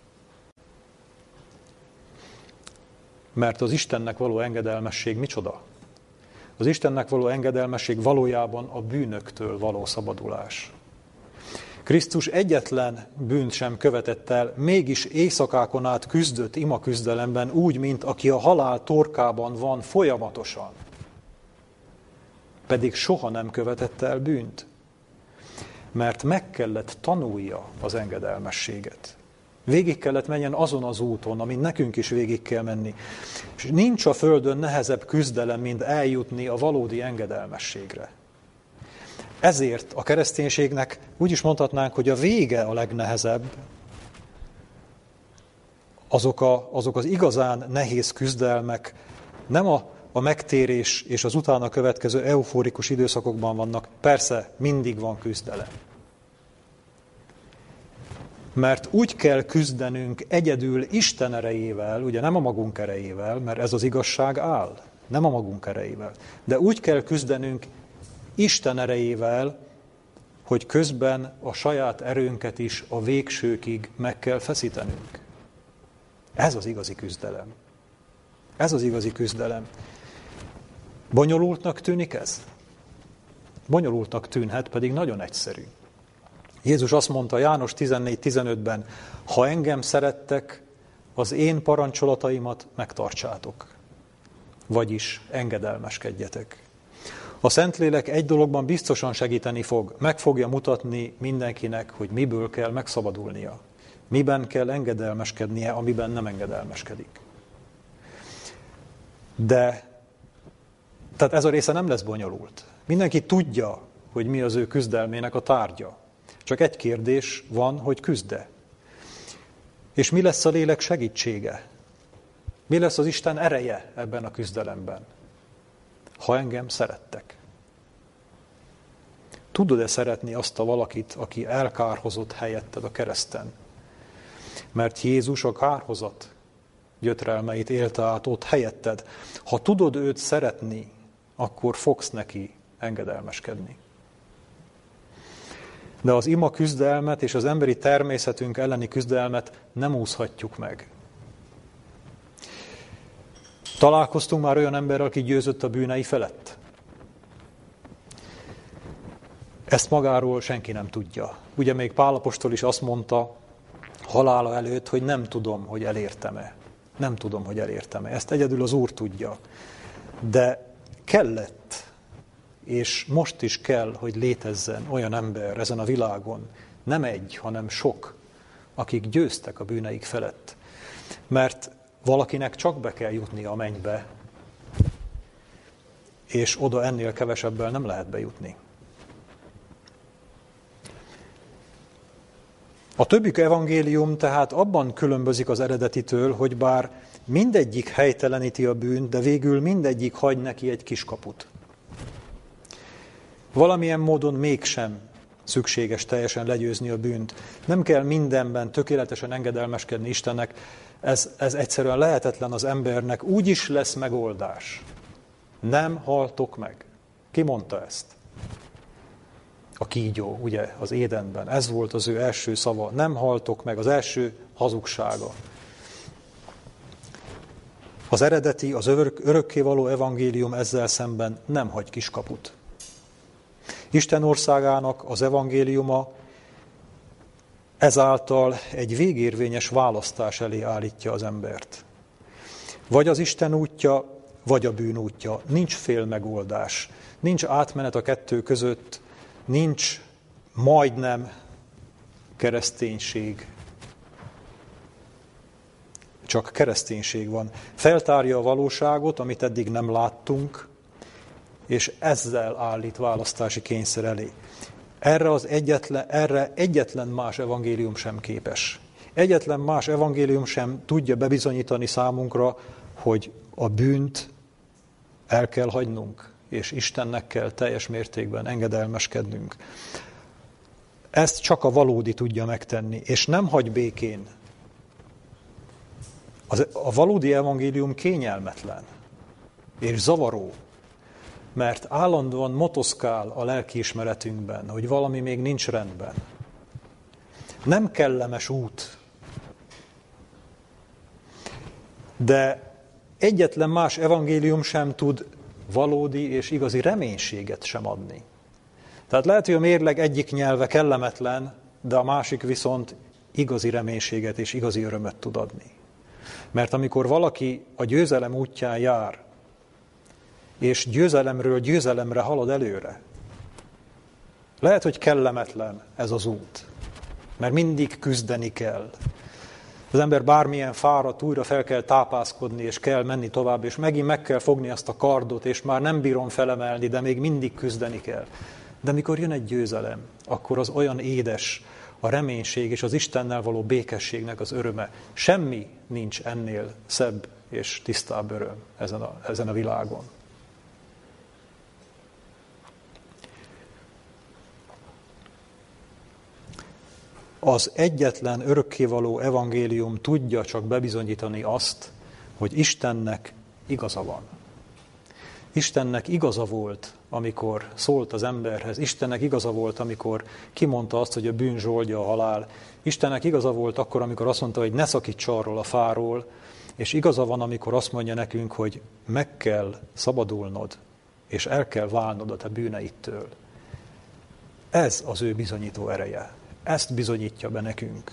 S1: Mert az Istennek való engedelmesség micsoda? Az Istennek való engedelmesség valójában a bűnöktől való szabadulás. Krisztus egyetlen bűnt sem követett el, mégis éjszakákon át küzdött imaküzdelemben úgy, mint aki a halál torkában van folyamatosan. Pedig soha nem követett el bűnt. Mert meg kellett tanulja az engedelmességet. Végig kellett menjen azon az úton, amin nekünk is végig kell menni. És nincs a földön nehezebb küzdelem, mint eljutni a valódi engedelmességre. Ezért a kereszténységnek úgy is mondhatnánk, hogy a vége a legnehezebb, azok az igazán nehéz küzdelmek nem a megtérés és az utána következő eufórikus időszakokban vannak. Persze, mindig van küzdelem. Mert úgy kell küzdenünk egyedül Isten erejével, ugye nem a magunk erejével, mert ez az igazság áll, nem a magunk erejével, de úgy kell küzdenünk Isten erejével, hogy közben a saját erőnket is a végsőkig meg kell feszítenünk. Ez az igazi küzdelem. Ez az igazi küzdelem. Bonyolultnak tűnik ez? Bonyolultnak tűnhet, pedig nagyon egyszerű. Jézus azt mondta János 14:15-ben, ha engem szerettek, az én parancsolataimat megtartsátok. Vagyis engedelmeskedjetek. A Szentlélek egy dologban biztosan segíteni fog, meg fogja mutatni mindenkinek, hogy miből kell megszabadulnia. Miben kell engedelmeskednie, amiben nem engedelmeskedik. Tehát ez a része nem lesz bonyolult. Mindenki tudja, hogy mi az ő küzdelmének a tárgya. Csak egy kérdés van, hogy küzd-e. És mi lesz a lélek segítsége? Mi lesz az Isten ereje ebben a küzdelemben? Ha engem szerettek. Tudod-e szeretni azt a valakit, aki elkárhozott helyetted a kereszten? Mert Jézus a kárhozat gyötrelmeit élte át ott helyetted. Ha tudod őt szeretni, akkor fogsz neki engedelmeskedni. De az ima küzdelmet és az emberi természetünk elleni küzdelmet nem úszhatjuk meg. Találkoztunk már olyan emberrel, aki győzött a bűnei felett? Ezt magáról senki nem tudja. Ugye még Pál apostol is azt mondta halála előtt, hogy nem tudom, hogy elértem-e. Nem tudom, hogy elértem-e. Ezt egyedül az Úr tudja. De kellett, és most is kell, hogy létezzen olyan ember ezen a világon, nem egy, hanem sok, akik győztek a bűneik felett. Mert valakinek csak be kell jutni a mennybe, és oda ennél kevesebbel nem lehet bejutni. A többi evangélium tehát abban különbözik az eredetitől, hogy bár mindegyik helyteleníti a bűnt, de végül mindegyik hagy neki egy kiskaput. Valamilyen módon mégsem szükséges teljesen legyőzni a bűnt. Nem kell mindenben tökéletesen engedelmeskedni Istennek, ez egyszerűen lehetetlen az embernek, úgy is lesz megoldás. Nem haltok meg. Ki mondta ezt? A kígyó, ugye, az Édenben. Ez volt az ő első szava. Nem haltok meg, az első hazugsága. Az eredeti, az örökkévaló evangélium ezzel szemben nem hagy kiskaput. Isten országának az evangéliuma ezáltal egy végérvényes választás elé állítja az embert. Vagy az Isten útja, vagy a bűn útja. Nincs fél megoldás. Nincs átmenet a kettő között, nincs majdnem kereszténység. Csak kereszténység van. Feltárja a valóságot, amit eddig nem láttunk, és ezzel állít választási kényszer elé. Erre egyetlen más evangélium sem képes. Egyetlen más evangélium sem tudja bebizonyítani számunkra, hogy a bűnt el kell hagynunk, és Istennek kell teljes mértékben engedelmeskednünk. Ezt csak a valódi tudja megtenni, és nem hagy békén. A valódi evangélium kényelmetlen és zavaró, mert állandóan motoszkál a lelkiismeretünkben, hogy valami még nincs rendben. Nem kellemes út, de egyetlen más evangélium sem tud valódi és igazi reménységet sem adni. Tehát lehet, hogy a mérleg egyik nyelve kellemetlen, de a másik viszont igazi reménységet és igazi örömet tud adni. Mert amikor valaki a győzelem útján jár, és győzelemről győzelemre halad előre, lehet, hogy kellemetlen ez az út, mert mindig küzdeni kell. Az ember bármilyen fáradt, újra fel kell tápászkodni, és kell menni tovább, és megint meg kell fogni azt a kardot, és már nem bírom felemelni, de még mindig küzdeni kell. De mikor jön egy győzelem, akkor az olyan édes, a reménység és az Istennel való békességnek az öröme. Semmi nincs ennél szebb és tisztább öröm ezen a világon. Az egyetlen örökkévaló evangélium tudja csak bebizonyítani azt, hogy Istennek igaza van. Istennek igaza volt, amikor szólt az emberhez. Istennek igaza volt, amikor kimondta azt, hogy a bűn zsoldja a halál. Istennek igaza volt akkor, amikor azt mondta, hogy ne szakíts arról a fáról, és igaza van, amikor azt mondja nekünk, hogy meg kell szabadulnod, és el kell válnod a te bűneidtől. Ez az ő bizonyító ereje. Ezt bizonyítja be nekünk.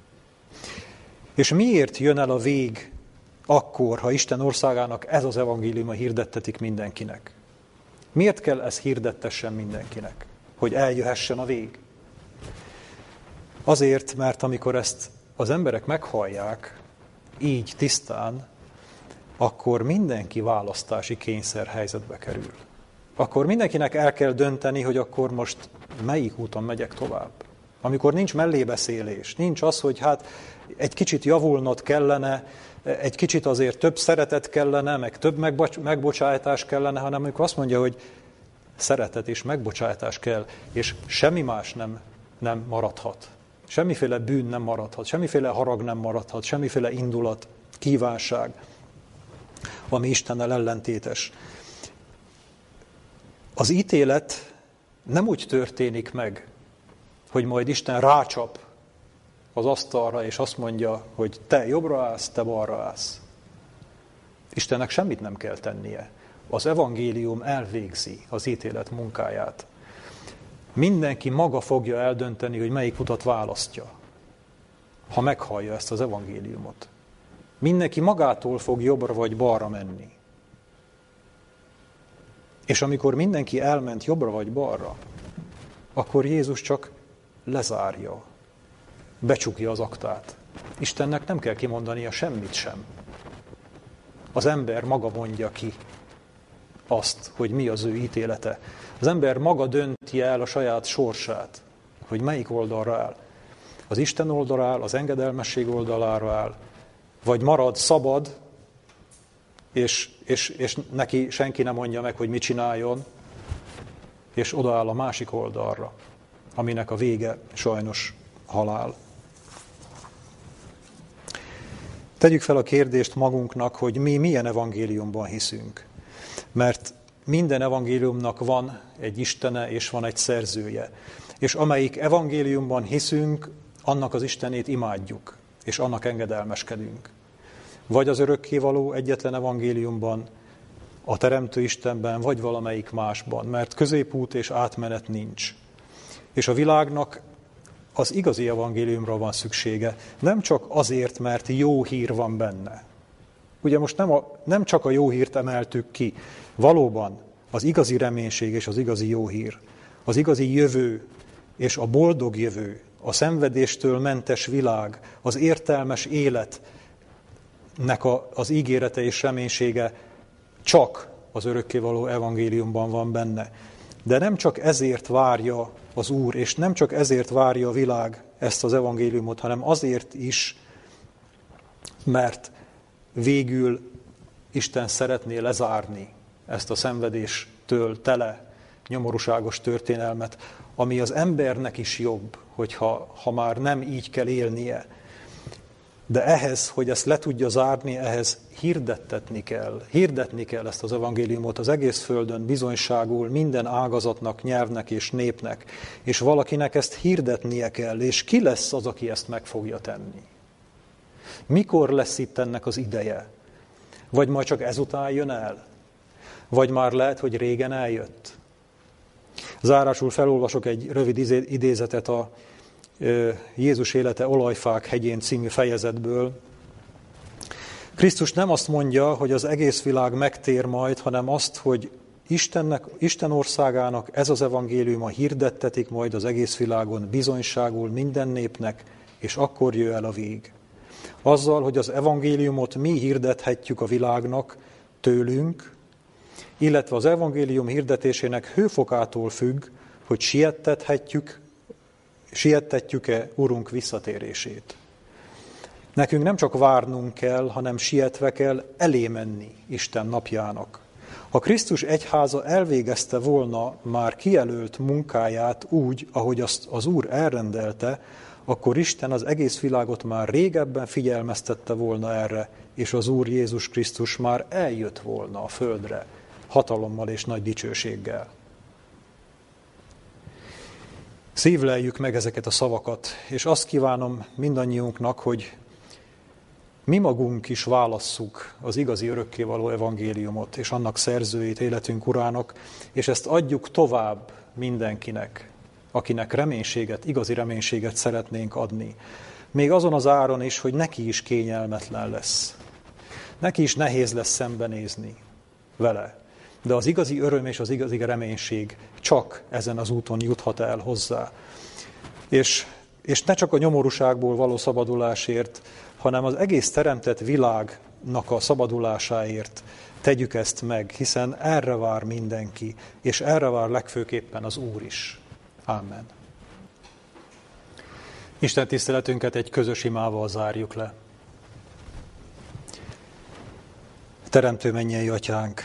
S1: És miért jön el a vég akkor, ha Isten országának ez az evangéliuma hirdettetik mindenkinek? Miért kell ez hirdettessen mindenkinek? Hogy eljöhessen a vég? Azért, mert amikor ezt az emberek meghallják, így tisztán, akkor mindenki választási kényszer helyzetbe kerül. Akkor mindenkinek el kell dönteni, hogy akkor most melyik úton megyek tovább. Amikor nincs mellébeszélés, nincs az, hogy hát egy kicsit javulnod kellene, egy kicsit azért több szeretet kellene, meg több megbocsátás kellene, hanem amikor azt mondja, hogy szeretet és megbocsátás kell, és semmi más nem maradhat. Semmiféle bűn nem maradhat, semmiféle harag nem maradhat, semmiféle indulat, kívánság, ami Istennel ellentétes. Az ítélet nem úgy történik meg, hogy majd Isten rácsap az asztalra, és azt mondja, hogy te jobbra állsz, te balra állsz. Istennek semmit nem kell tennie. Az evangélium elvégzi az ítélet munkáját. Mindenki maga fogja eldönteni, hogy melyik utat választja, ha meghallja ezt az evangéliumot. Mindenki magától fog jobbra vagy balra menni. És amikor mindenki elment jobbra vagy balra, akkor Jézus csak lezárja becsukja az aktát. Istennek nem kell kimondania semmit sem. Az ember maga mondja ki azt, hogy mi az ő ítélete. Az ember maga dönti el a saját sorsát, hogy melyik oldalra áll. Az Isten oldalra áll, az engedelmesség oldalára áll, vagy marad szabad, és neki senki nem mondja meg, hogy mit csináljon, és odaáll a másik oldalra, aminek a vége sajnos halál. Tegyük fel a kérdést magunknak, hogy mi milyen evangéliumban hiszünk. Mert minden evangéliumnak van egy istene és van egy szerzője. És amelyik evangéliumban hiszünk, annak az Istenét imádjuk, és annak engedelmeskedünk. Vagy az örökkévaló egyetlen evangéliumban, a Teremtő Istenben, vagy valamelyik másban, mert középút és átmenet nincs. És a világnak az igazi evangéliumra van szüksége, nem csak azért, mert jó hír van benne. Ugye most nem csak a jó hírt emeltük ki, valóban az igazi reménység és az igazi jó hír, az igazi jövő és a boldog jövő, a szenvedéstől mentes világ, az értelmes életnek az ígérete és reménysége csak az örökkévaló evangéliumban van benne. De nem csak ezért várja az Úr, és nem csak ezért várja a világ ezt az evangéliumot, hanem azért is, mert végül Isten szeretné lezárni ezt a szenvedéstől tele, nyomorúságos történelmet, ami az embernek is jobb, ha már nem így kell élnie. De ehhez, hogy ezt le tudja zárni, ehhez hirdetni kell ezt az evangéliumot az egész földön, bizonyságul minden ágazatnak, nyelvnek és népnek. És valakinek ezt hirdetnie kell, és ki lesz az, aki ezt meg fogja tenni? Mikor lesz itt ennek az ideje? Vagy majd csak ezután jön el? Vagy már lehet, hogy régen eljött? Zárásul felolvasok egy rövid idézetet a Jézus élete Olajfák hegyén című fejezetből. Krisztus nem azt mondja, hogy az egész világ megtér majd, hanem azt, hogy Isten országának ez az evangéliuma hirdettetik majd az egész világon bizonyságul minden népnek, és akkor jöjj el a vég. Azzal, hogy az evangéliumot mi hirdethetjük a világnak tőlünk, illetve az evangélium hirdetésének hőfokától függ, hogy siettetjük-e Urunk visszatérését. Nekünk nem csak várnunk kell, hanem sietve kell elé menni Isten napjának. Ha Krisztus egyháza elvégezte volna már kijelölt munkáját úgy, ahogy azt az Úr elrendelte, akkor Isten az egész világot már régebben figyelmeztette volna erre, és az Úr Jézus Krisztus már eljött volna a földre, hatalommal és nagy dicsőséggel. Szívleljük meg ezeket a szavakat, és azt kívánom mindannyiunknak, hogy mi magunk is válasszuk az igazi örökkévaló evangéliumot, és annak szerzőjét, életünk urának, és ezt adjuk tovább mindenkinek, akinek reménységet, igazi reménységet szeretnénk adni. Még azon az áron is, hogy neki is kényelmetlen lesz. Neki is nehéz lesz szembenézni vele. De az igazi öröm és az igazi reménység csak ezen az úton juthat el hozzá. És ne csak a nyomorúságból való szabadulásért, hanem az egész teremtett világnak a szabadulásáért tegyük ezt meg, hiszen erre vár mindenki, és erre vár legfőképpen az Úr is. Amen. Isten tiszteletünket egy közös imával zárjuk le. Teremtő mennyei Atyánk,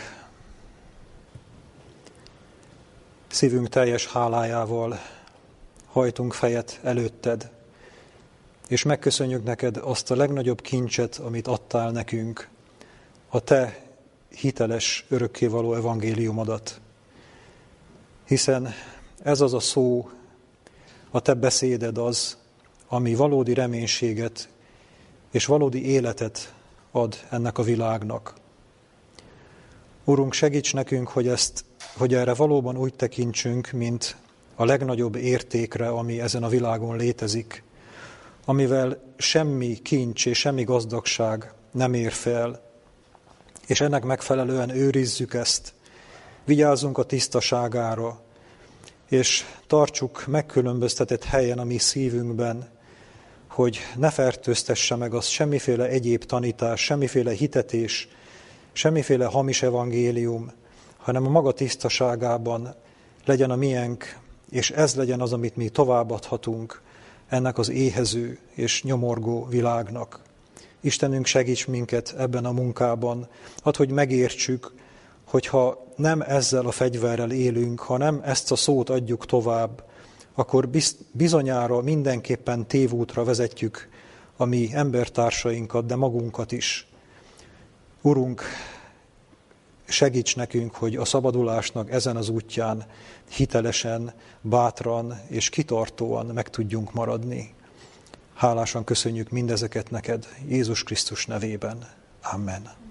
S1: szívünk teljes hálájával hajtunk fejet előtted, és megköszönjük neked azt a legnagyobb kincset, amit adtál nekünk, a te hiteles, örökkévaló evangéliumodat. Hiszen ez az a szó, a te beszéded az, ami valódi reménységet és valódi életet ad ennek a világnak. Urunk, segíts nekünk, hogy erre valóban úgy tekintsünk, mint a legnagyobb értékre, ami ezen a világon létezik, amivel semmi kincs és semmi gazdagság nem ér fel, és ennek megfelelően őrizzük ezt, vigyázzunk a tisztaságára, és tartsuk megkülönböztetett helyen a mi szívünkben, hogy ne fertőztesse meg azt semmiféle egyéb tanítás, semmiféle hitetés, semmiféle hamis evangélium, hanem a maga tisztaságában legyen a miénk, és ez legyen az, amit mi továbbadhatunk ennek az éhező és nyomorgó világnak. Istenünk, segíts minket ebben a munkában, add, hogy megértsük, hogyha nem ezzel a fegyverrel élünk, ha nem ezt a szót adjuk tovább, akkor bizonyára mindenképpen tévútra vezetjük a mi embertársainkat, de magunkat is. Urunk, segíts nekünk, hogy a szabadulásnak ezen az útján hitelesen, bátran és kitartóan meg tudjunk maradni. Hálásan köszönjük mindezeket neked, Jézus Krisztus nevében. Amen.